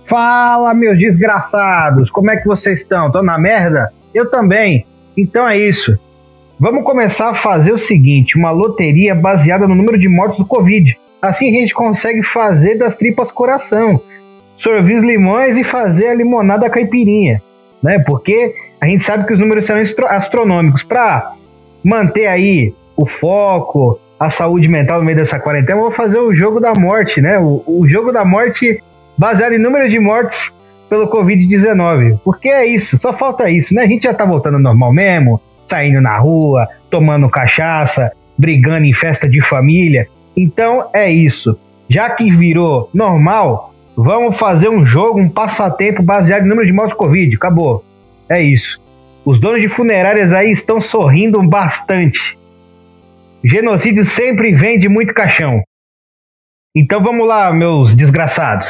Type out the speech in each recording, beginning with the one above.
Fala, meus desgraçados! Como é que vocês estão? Estão na merda? Eu também. Então é isso. Vamos começar a fazer o seguinte, uma loteria baseada no número de mortos do Covid. Assim a gente consegue fazer das tripas coração, sorver os limões e fazer a limonada caipirinha, né? Porque a gente sabe que os números serão astronômicos. Para manter aí o foco, a saúde mental no meio dessa quarentena, eu vou fazer o jogo da morte, né? O jogo da morte baseado em número de mortes pelo Covid-19. Porque é isso, só falta isso, né? A gente já tá voltando ao normal mesmo, saindo na rua, tomando cachaça, brigando em festa de família. Então é isso. Já que virou normal, vamos fazer um jogo, um passatempo baseado em número de mortes do Covid. Acabou. É isso. Os donos de funerárias aí estão sorrindo bastante. Genocídio sempre vende muito caixão. Então vamos lá, meus desgraçados.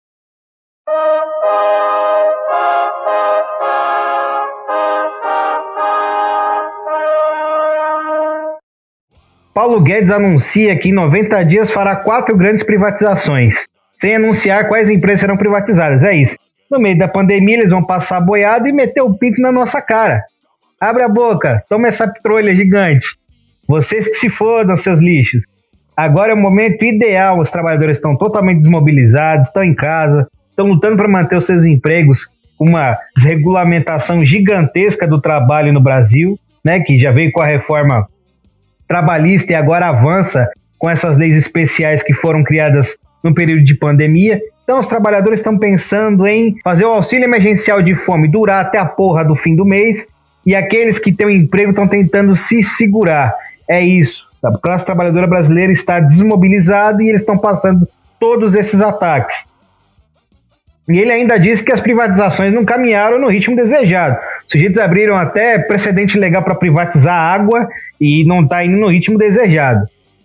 Paulo Guedes anuncia que em 90 dias fará 4 grandes privatizações, sem anunciar quais empresas serão privatizadas. É isso. No meio da pandemia eles vão passar a boiada e meter o pinto na nossa cara. Abre a boca, toma essa trolha gigante. Vocês que se fodam, seus lixos. Agora é o momento ideal, os trabalhadores estão totalmente desmobilizados, estão em casa, estão lutando para manter os seus empregos, uma desregulamentação gigantesca do trabalho no Brasil, né, que já veio com a reforma trabalhista e agora avança com essas leis especiais que foram criadas no período de pandemia. Então os trabalhadores estão pensando em fazer o auxílio emergencial de fome durar até a porra do fim do mês, e aqueles que têm um emprego estão tentando se segurar. É isso. A classe trabalhadora brasileira está desmobilizada e eles estão passando todos esses ataques. E ele ainda disse que as privatizações não caminharam no ritmo desejado. Os sujeitos abriram até precedente legal para privatizar a água e não está indo no ritmo desejado.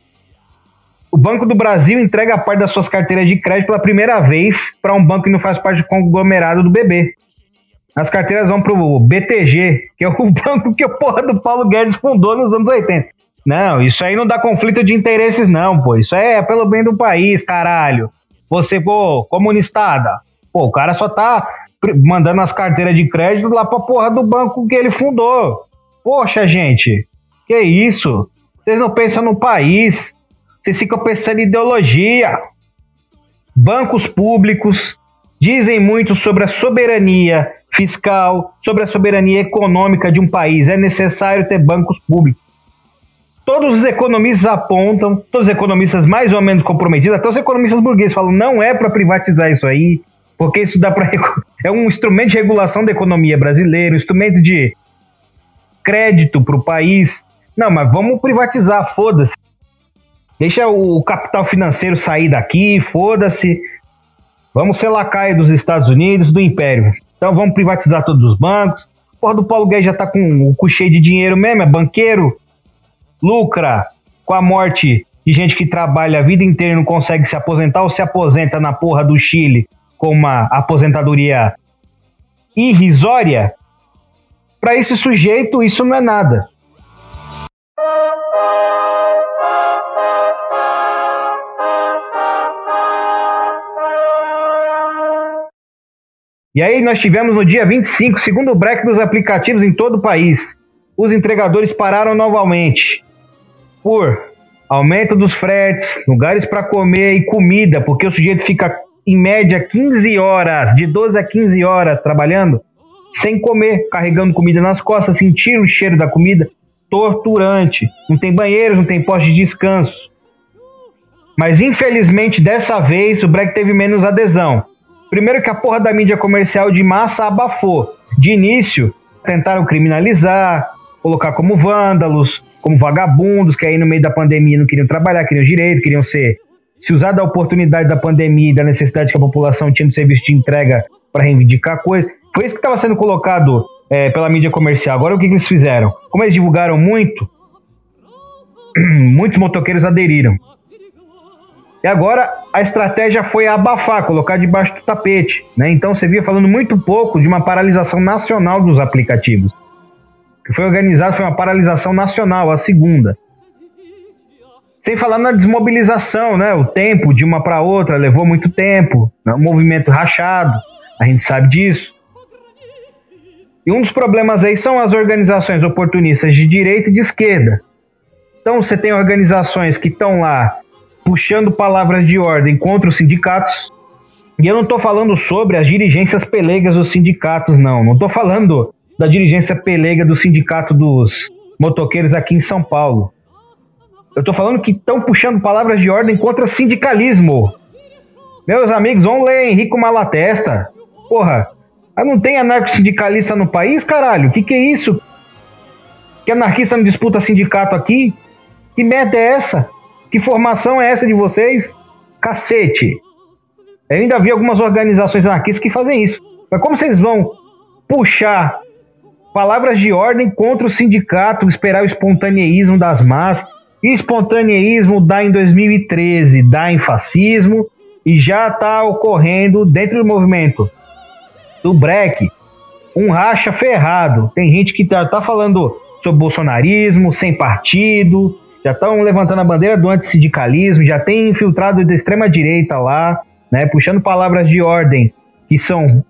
O Banco do Brasil entrega a parte das suas carteiras de crédito pela primeira vez para um banco que não faz parte do conglomerado do BB. As carteiras vão para o BTG, que é o banco que o porra do Paulo Guedes fundou nos anos 80. Não, isso aí não dá conflito de interesses não, pô. Isso é pelo bem do país, caralho. Você, pô, comunistada. Pô, o cara só tá mandando as carteiras de crédito lá pra porra do banco que ele fundou. Poxa, gente, que isso? Vocês não pensam no país. Vocês ficam pensando em ideologia. Bancos públicos dizem muito sobre a soberania fiscal, sobre a soberania econômica de um país. É necessário ter bancos públicos. Todos os economistas apontam, todos os economistas mais ou menos comprometidos, até os economistas burgueses falam, não é para privatizar isso aí, porque isso dá para é um instrumento de regulação da economia brasileira, um instrumento de crédito para o país. Não, mas vamos privatizar, foda-se. Deixa o capital financeiro sair daqui, foda-se. Vamos ser lacaio dos Estados Unidos, do Império. Então vamos privatizar todos os bancos. Porra do Paulo Guedes já tá com o cu cheio de dinheiro mesmo, é banqueiro. Lucra com a morte de gente que trabalha a vida inteira e não consegue se aposentar ou se aposenta na porra do Chile com uma aposentadoria irrisória. Para esse sujeito, isso não é nada. E aí nós tivemos no dia 25, segundo o break dos aplicativos em todo o país, os entregadores pararam novamente por aumento dos fretes, lugares para comer e comida, porque o sujeito fica em média 15 horas, de 12 a 15 horas trabalhando, sem comer, carregando comida nas costas, sentir o cheiro da comida, torturante. Não tem banheiros, não tem posto de descanso. Mas infelizmente dessa vez o break teve menos adesão. Primeiro que a porra da mídia comercial de massa abafou. De início, tentaram criminalizar, colocar como vândalos, como vagabundos, que aí no meio da pandemia não queriam trabalhar, queriam direito, queriam se usar da oportunidade da pandemia e da necessidade que a população tinha do serviço de entrega para reivindicar coisas. Foi isso que estava sendo colocado pela mídia comercial. Agora o que eles fizeram? Como eles divulgaram muito, muitos motoqueiros aderiram. E agora a estratégia foi abafar, colocar debaixo do tapete, né? Então você via falando muito pouco de uma paralisação nacional dos aplicativos. O que foi organizado foi uma paralisação nacional, a segunda. Sem falar na desmobilização, né? O tempo de uma para outra levou muito tempo, né? Um movimento rachado, a gente sabe disso. E um dos problemas aí são as organizações oportunistas de direita e de esquerda. Então você tem organizações que estão lá puxando palavras de ordem contra os sindicatos. E eu não estou falando sobre as dirigências pelegas dos sindicatos, não. Não estou falando da dirigência pelega do sindicato dos motoqueiros aqui em São Paulo. Eu estou falando que estão puxando palavras de ordem contra sindicalismo. Meus amigos, vão ler Henrico Malatesta. Porra, não tem anarco-sindicalista no país, caralho? Que é isso? Que anarquista não disputa sindicato aqui? Que merda é essa? Que formação é essa de vocês? Cacete. Eu ainda vi algumas organizações anarquistas que fazem isso. Mas como vocês vão puxar palavras de ordem contra o sindicato, esperar o espontaneísmo das massas? E espontaneísmo dá em 2013, dá em fascismo, e já está ocorrendo dentro do movimento do Breck um racha ferrado. Tem gente que tá falando sobre bolsonarismo, sem partido, já estão levantando a bandeira do antissindicalismo, já tem infiltrado da extrema-direita lá, né, puxando palavras de ordem que são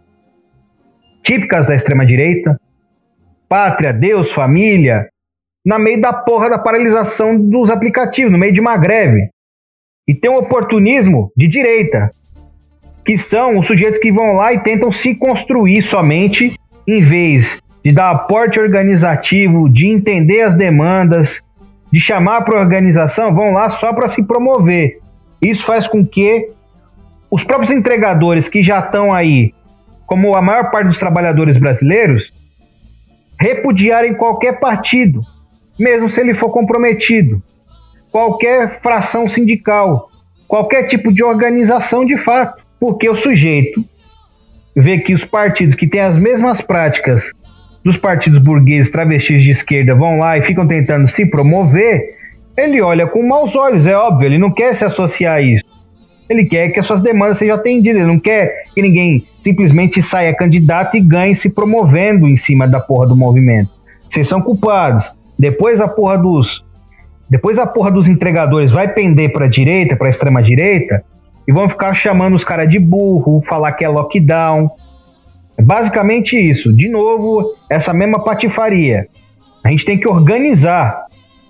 típicas da extrema-direita. Pátria, Deus, família, na meio da porra da paralisação dos aplicativos, no meio de uma greve. E tem um oportunismo de direita, que são os sujeitos que vão lá e tentam se construir somente, em vez de dar aporte organizativo, de entender as demandas, de chamar para a organização, vão lá só para se promover. Isso faz com que os próprios entregadores que já estão aí, como a maior parte dos trabalhadores brasileiros, repudiarem qualquer partido, mesmo se ele for comprometido, qualquer fração sindical, qualquer tipo de organização de fato, porque o sujeito vê que os partidos que têm as mesmas práticas dos partidos burgueses travestis de esquerda vão lá e ficam tentando se promover, ele olha com maus olhos, é óbvio, ele não quer se associar a isso. Ele quer que as suas demandas sejam atendidas, ele não quer que ninguém simplesmente saia candidato e ganhe se promovendo em cima da porra do movimento. Vocês são culpados. Depois a porra dos entregadores vai pender para a direita, para a extrema direita, e vão ficar chamando os caras de burro, falar que é lockdown. É basicamente isso. De novo, essa mesma patifaria. A gente tem que organizar.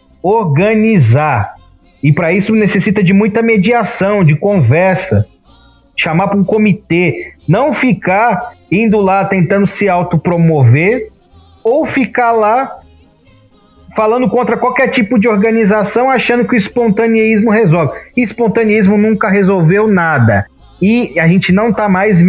E para isso necessita de muita mediação, de conversa. Chamar para um comitê. Não ficar indo lá tentando se autopromover ou ficar lá falando contra qualquer tipo de organização, achando que o espontaneísmo resolve. E espontaneísmo nunca resolveu nada. E a gente não está mais em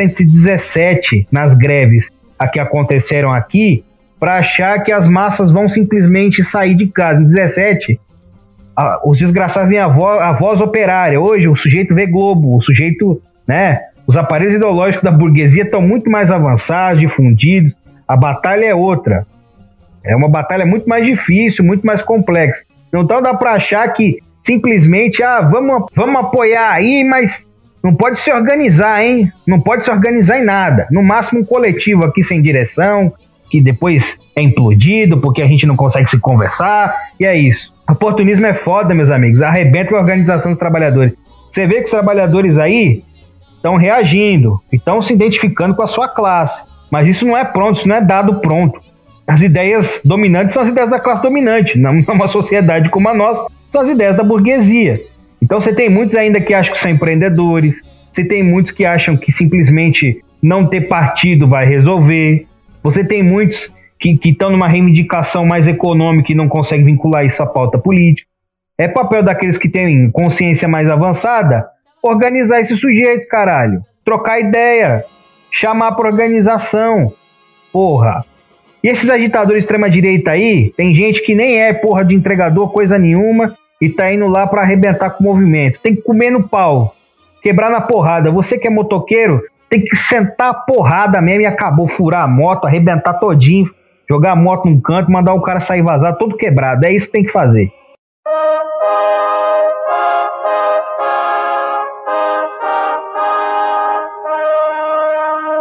1917 nas greves que aconteceram aqui para achar que as massas vão simplesmente sair de casa. Em 17, os desgraçados têm a voz operária. Hoje o sujeito vê Globo, o sujeito, né? Os aparelhos ideológicos da burguesia estão muito mais avançados, difundidos. A batalha é outra. É uma batalha muito mais difícil, muito mais complexa. Então dá para achar que simplesmente, vamos apoiar aí, mas não pode se organizar, hein? Não pode se organizar em nada. No máximo um coletivo aqui sem direção, que depois é implodido porque a gente não consegue se conversar, e é isso. Oportunismo é foda, meus amigos. Arrebenta a organização dos trabalhadores. Você vê que os trabalhadores aí estão reagindo, estão se identificando com a sua classe. Mas isso não é pronto, isso não é dado pronto. As ideias dominantes são as ideias da classe dominante. Numa sociedade como a nossa, são as ideias da burguesia. Então você tem muitos ainda que acham que são empreendedores, você tem muitos que acham que simplesmente não ter partido vai resolver, você tem muitos que estão numa reivindicação mais econômica e não conseguem vincular isso à pauta política. É papel daqueles que têm consciência mais avançada organizar esses sujeitos, caralho. Trocar ideia, chamar para organização, porra. E esses agitadores extrema-direita aí, tem gente que nem é porra de entregador, coisa nenhuma, e tá indo lá pra arrebentar com o movimento. Tem que comer no pau, quebrar na porrada. Você que é motoqueiro, tem que sentar a porrada mesmo e acabou, furar a moto, arrebentar todinho, jogar a moto num canto, mandar o cara sair vazado todo quebrado. É isso que tem que fazer.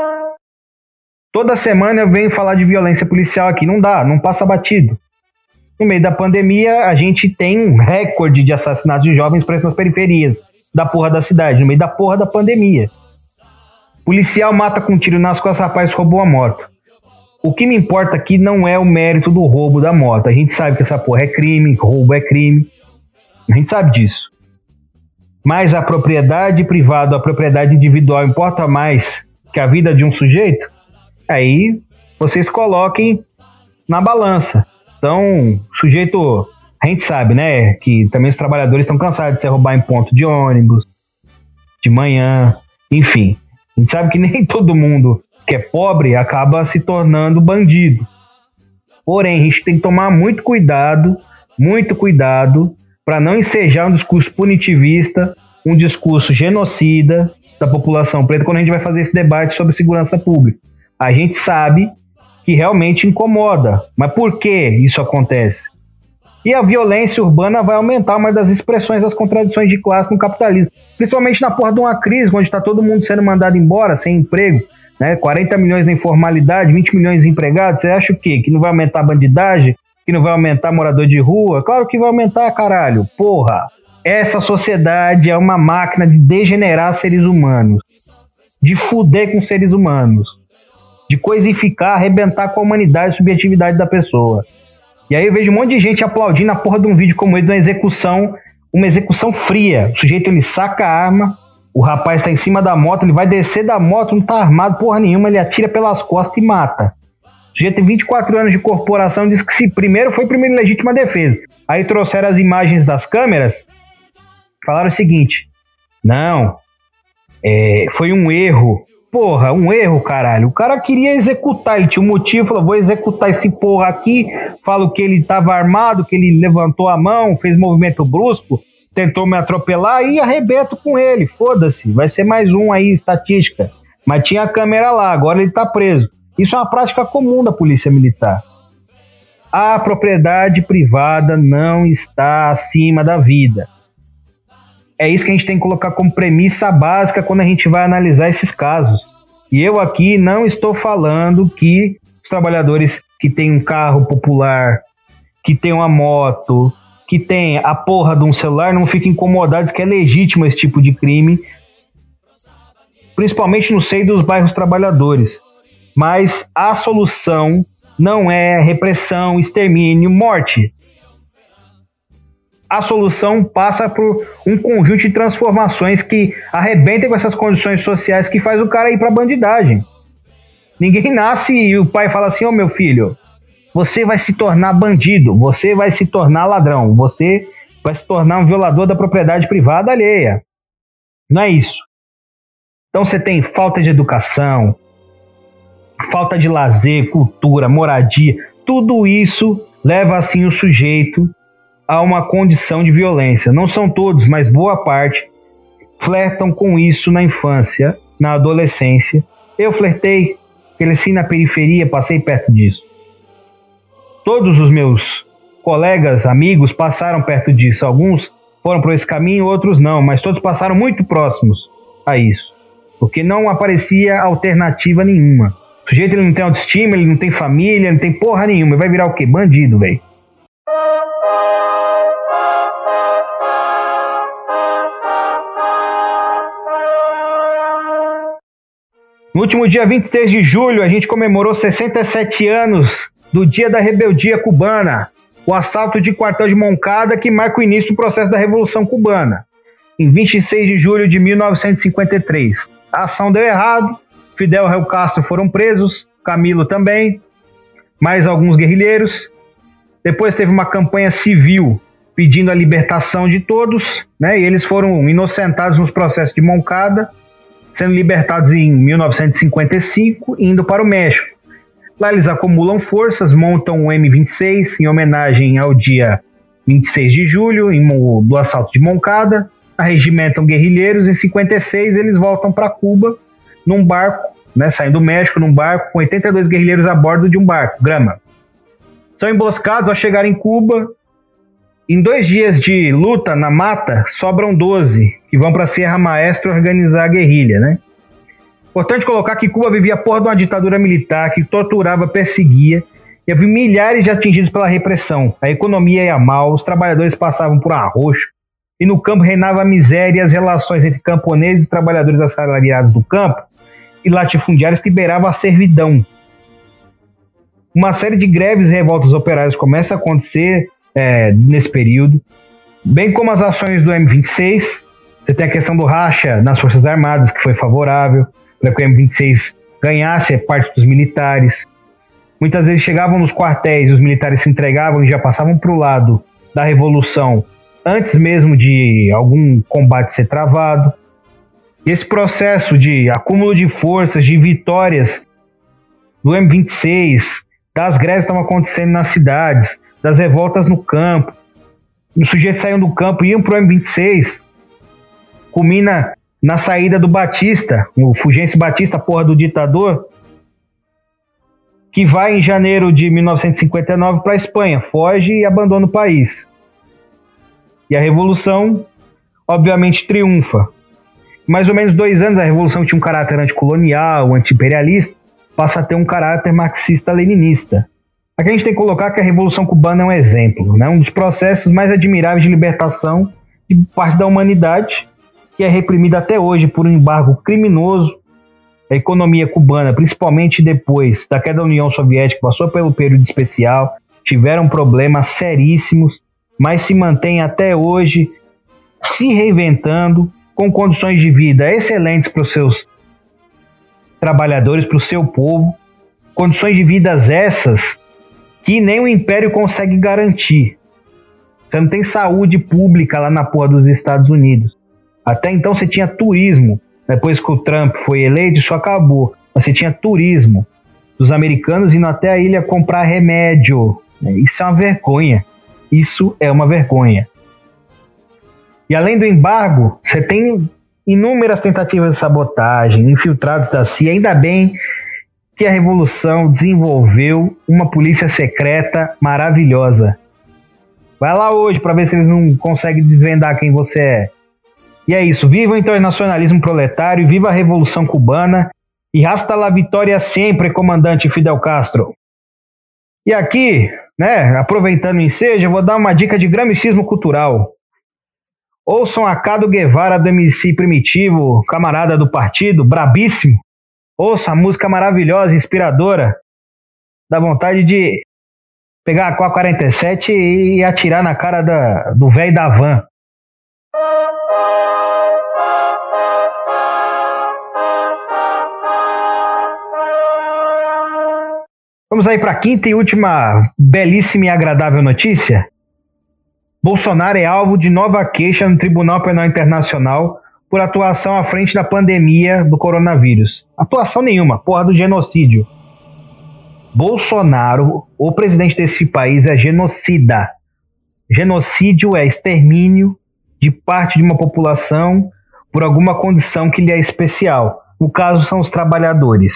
Toda semana eu venho falar de violência policial aqui. Não dá, não passa batido. No meio da pandemia, a gente tem um recorde de assassinatos de jovens presos nas periferias da porra da cidade, no meio da porra da pandemia. Policial mata com um tiro nas costas, rapaz roubou a moto. O que me importa aqui não é o mérito do roubo da moto. A gente sabe que essa porra é crime, roubo é crime. A gente sabe disso. Mas a propriedade privada, a propriedade individual importa mais que a vida de um sujeito? Aí vocês coloquem na balança. Então, sujeito, a gente sabe, né, que também os trabalhadores estão cansados de se roubar em ponto de ônibus, de manhã, enfim. A gente sabe que nem todo mundo que é pobre acaba se tornando bandido. Porém, a gente tem que tomar muito cuidado para não ensejar um discurso punitivista, um discurso genocida da população preta quando a gente vai fazer esse debate sobre segurança pública. A gente sabe que realmente incomoda, mas por que isso acontece? E a violência urbana vai aumentar uma das expressões das contradições de classe no capitalismo, principalmente na porra de uma crise onde está todo mundo sendo mandado embora, sem emprego, né? 40 milhões na informalidade, 20 milhões desempregados. Você acha o quê? Que não vai aumentar a bandidagem? Que não vai aumentar morador de rua? Claro que vai aumentar, caralho. Porra! Essa sociedade é uma máquina de degenerar seres humanos, de fuder com seres humanos, de coisificar, arrebentar com a humanidade e subjetividade da pessoa. E aí eu vejo um monte de gente aplaudindo a porra de um vídeo como esse, de uma execução fria. O sujeito, ele saca a arma, o rapaz tá em cima da moto, ele vai descer da moto, não tá armado porra nenhuma, ele atira pelas costas e mata. O sujeito tem 24 anos de corporação, diz que primeiro foi primeiro em legítima defesa. Aí trouxeram as imagens das câmeras, falaram o seguinte, não, foi um erro. Porra, um erro, caralho. O cara queria executar, ele tinha um motivo, falou, vou executar esse porra aqui, falo que ele tava armado, que ele levantou a mão, fez movimento brusco, tentou me atropelar e arrebeto com ele, foda-se, vai ser mais um aí, estatística. Mas tinha a câmera lá, agora ele tá preso. Isso é uma prática comum da polícia militar. A propriedade privada não está acima da vida. É isso que a gente tem que colocar como premissa básica quando a gente vai analisar esses casos. E eu aqui não estou falando que os trabalhadores que têm um carro popular, que têm uma moto, que têm a porra de um celular, não fiquem incomodados que é legítimo esse tipo de crime, principalmente no seio dos bairros trabalhadores. Mas a solução não é repressão, extermínio, morte. A solução passa por um conjunto de transformações que arrebentem com essas condições sociais que faz o cara ir pra bandidagem. Ninguém nasce e o pai fala assim, ô meu filho, você vai se tornar bandido, você vai se tornar ladrão, você vai se tornar um violador da propriedade privada alheia. Não é isso. Então você tem falta de educação, falta de lazer, cultura, moradia, tudo isso leva assim o sujeito a uma condição de violência. Não são todos, mas boa parte flertam com isso na infância, na adolescência. Eu flertei, cresci na periferia, passei perto disso. Todos os meus colegas, amigos passaram perto disso. Alguns foram por esse caminho, outros não, mas todos passaram muito próximos a isso, porque não aparecia alternativa nenhuma. O sujeito, ele não tem autoestima, ele não tem família, ele não tem porra nenhuma, ele vai virar o quê? Bandido, velho. No último dia 26 de julho, a gente comemorou 67 anos do Dia da Rebeldia Cubana, o assalto de quartel de Moncada que marca o início do processo da Revolução Cubana, em 26 de julho de 1953. A ação deu errado, Fidel e Raul Castro foram presos, Camilo também, mais alguns guerrilheiros. Depois teve uma campanha civil pedindo a libertação de todos, né, e eles foram inocentados nos processos de Moncada, sendo libertados em 1955, indo para o México. Lá eles acumulam forças, montam o M-26 em homenagem ao dia 26 de julho, do assalto de Moncada, arregimentam guerrilheiros. Em 56 eles voltam para Cuba num barco, né, saindo do México num barco com 82 guerrilheiros a bordo de um barco, Grama. São emboscados ao chegar em Cuba. Em 2 dias de luta na mata, sobram 12, que vão para a Sierra Maestra organizar a guerrilha, né? Importante colocar que Cuba vivia a porra de uma ditadura militar que torturava, perseguia E havia milhares de atingidos pela repressão. A economia ia mal, os trabalhadores passavam por arroxo, e no campo reinava a miséria e as relações entre camponeses e trabalhadores assalariados do campo e latifundiários que beiravam a servidão. Uma série de greves e revoltas operárias começa a acontecer nesse período, bem como as ações do M26. Você tem a questão do racha nas Forças Armadas, que foi favorável para que o M26 ganhasse parte dos militares. Muitas vezes chegavam nos quartéis, os militares se entregavam e já passavam para o lado da revolução antes mesmo de algum combate ser travado. E esse processo de acúmulo de forças, de vitórias do M26, das greves que estavam acontecendo nas cidades, das revoltas no campo, os sujeitos saíam do campo e iam para o M26, culmina na saída do Batista, o Fulgêncio Batista, porra do ditador, que vai em janeiro de 1959 para a Espanha, foge e abandona o país. E a Revolução, obviamente, triunfa. Mais ou menos 2 anos, a Revolução tinha um caráter anticolonial, anti-imperialista, passa a ter um caráter marxista-leninista. Aqui a gente tem que colocar que a Revolução Cubana é um exemplo, né? Um dos processos mais admiráveis de libertação de parte da humanidade, que é reprimida até hoje por um embargo criminoso. A economia cubana, principalmente depois da queda da União Soviética, passou pelo período especial, tiveram problemas seríssimos, mas se mantém até hoje se reinventando, com condições de vida excelentes para os seus trabalhadores, para o seu povo, condições de vida essas que nem o Império consegue garantir. Você não tem saúde pública lá na porra dos Estados Unidos. Até então você tinha turismo. Depois que o Trump foi eleito, isso acabou. Mas você tinha turismo dos americanos indo até a ilha comprar remédio. Isso é uma vergonha. Isso é uma vergonha. E além do embargo, você tem inúmeras tentativas de sabotagem, infiltrados da CIA. Ainda bem que a Revolução desenvolveu uma polícia secreta maravilhosa. Vai lá hoje para ver se eles não conseguem desvendar quem você é. E é isso, viva o internacionalismo proletário, viva a Revolução Cubana e hasta la vitória sempre, comandante Fidel Castro. E aqui, né, aproveitando o ensejo, eu vou dar uma dica de gramicismo cultural. Ouçam a Cado Guevara do MC Primitivo, camarada do partido, brabíssimo. Ouça a música maravilhosa, inspiradora. Dá vontade de pegar a AK-47 e atirar na cara do velho da van. Vamos aí para a quinta e última belíssima e agradável notícia. Bolsonaro é alvo de nova queixa no Tribunal Penal Internacional por atuação à frente da pandemia do coronavírus. Atuação nenhuma, porra do genocídio. Bolsonaro, o presidente desse país, é genocida. Genocídio é extermínio de parte de uma população por alguma condição que lhe é especial. No caso, são os trabalhadores.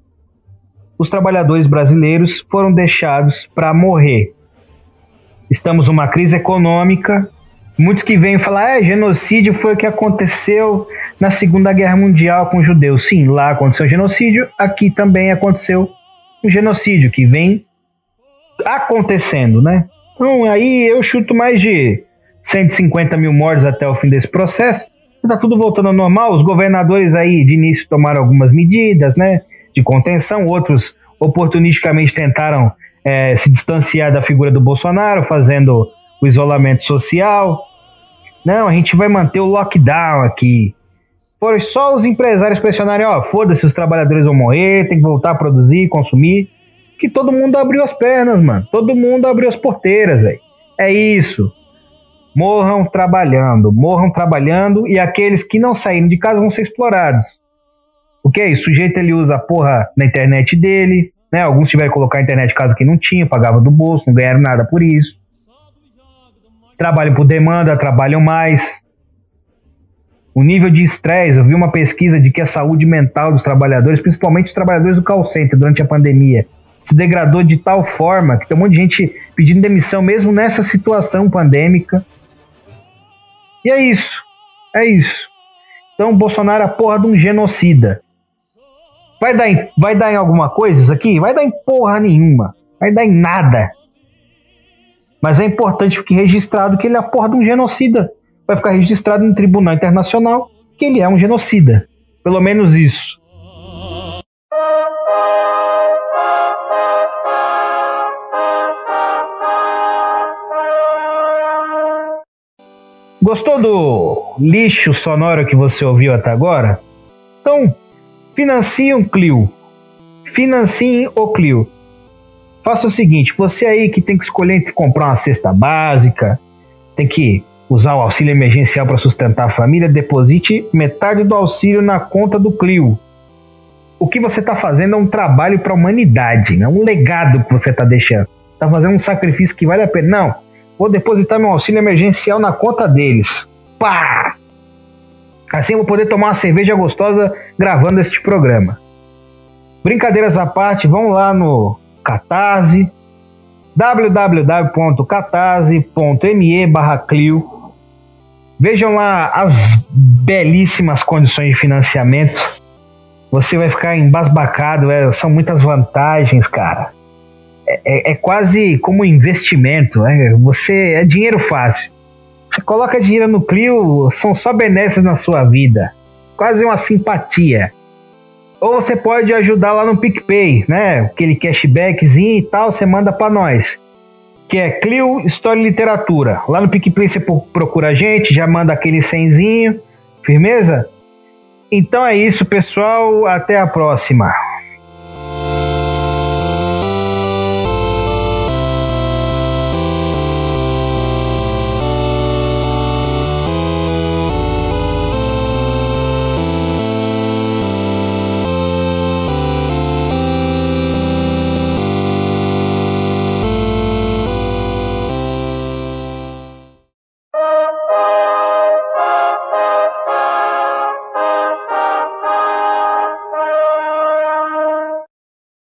Os trabalhadores brasileiros foram deixados para morrer. Estamos numa crise econômica. Muitos que vêm falar, genocídio foi o que aconteceu na Segunda Guerra Mundial com os judeus. Sim, lá aconteceu genocídio, aqui também aconteceu um genocídio que vem acontecendo, né? Então aí eu chuto mais de 150 mil mortes até o fim desse processo. Está tudo voltando ao normal. Os governadores aí de início tomaram algumas medidas, né, de contenção, outros oportunisticamente tentaram se distanciar da figura do Bolsonaro, fazendo o isolamento social. Não, a gente vai manter o lockdown aqui. Foram só os empresários pressionarem, foda-se, os trabalhadores vão morrer, tem que voltar a produzir, consumir. Que todo mundo abriu as pernas, mano. Todo mundo abriu as porteiras, velho. É isso. Morram trabalhando e aqueles que não saíram de casa vão ser explorados. Porque é isso, o sujeito ele usa a porra na internet dele, né? Alguns tiveram que colocar a internet em casa que não tinha, pagava do bolso, não ganharam nada por isso. Trabalham por demanda, trabalham mais. O nível de estresse, eu vi uma pesquisa de que a saúde mental dos trabalhadores, principalmente os trabalhadores do call center durante a pandemia, se degradou de tal forma que tem um monte de gente pedindo demissão mesmo nessa situação pandêmica. E é isso. Então o Bolsonaro é a porra de um genocida. Vai dar em alguma coisa isso aqui? Vai dar em porra nenhuma. Vai dar em nada. Mas é importante ficar registrado que ele é a porra de um genocida. Vai ficar registrado no Tribunal Internacional que ele é um genocida. Pelo menos isso. Gostou do lixo sonoro que você ouviu até agora? Então, financie um Clio. Financiem o Clio. Faça o seguinte, você aí que tem que escolher entre comprar uma cesta básica, tem que usar o auxílio emergencial para sustentar a família, deposite metade do auxílio na conta do Clio. O que você está fazendo é um trabalho para a humanidade, né? Um legado que você está deixando. Está fazendo um sacrifício que vale a pena. Não, vou depositar meu auxílio emergencial na conta deles. Pá! Assim eu vou poder tomar uma cerveja gostosa gravando este programa. Brincadeiras à parte, vão lá no Catarse, www.catarse.me/Clio. Vejam lá as belíssimas condições de financiamento. Você vai ficar embasbacado, são muitas vantagens, cara. É quase como um investimento, é dinheiro fácil. Você coloca dinheiro no Clio, são só benesses na sua vida. Quase uma simpatia. Ou você pode ajudar lá no PicPay, né? Aquele cashbackzinho e tal, você manda pra nós. Que é Clio História e Literatura. Lá no PicPay você procura a gente, já manda aquele 100zinho. Firmeza? Então é isso, pessoal. Até a próxima.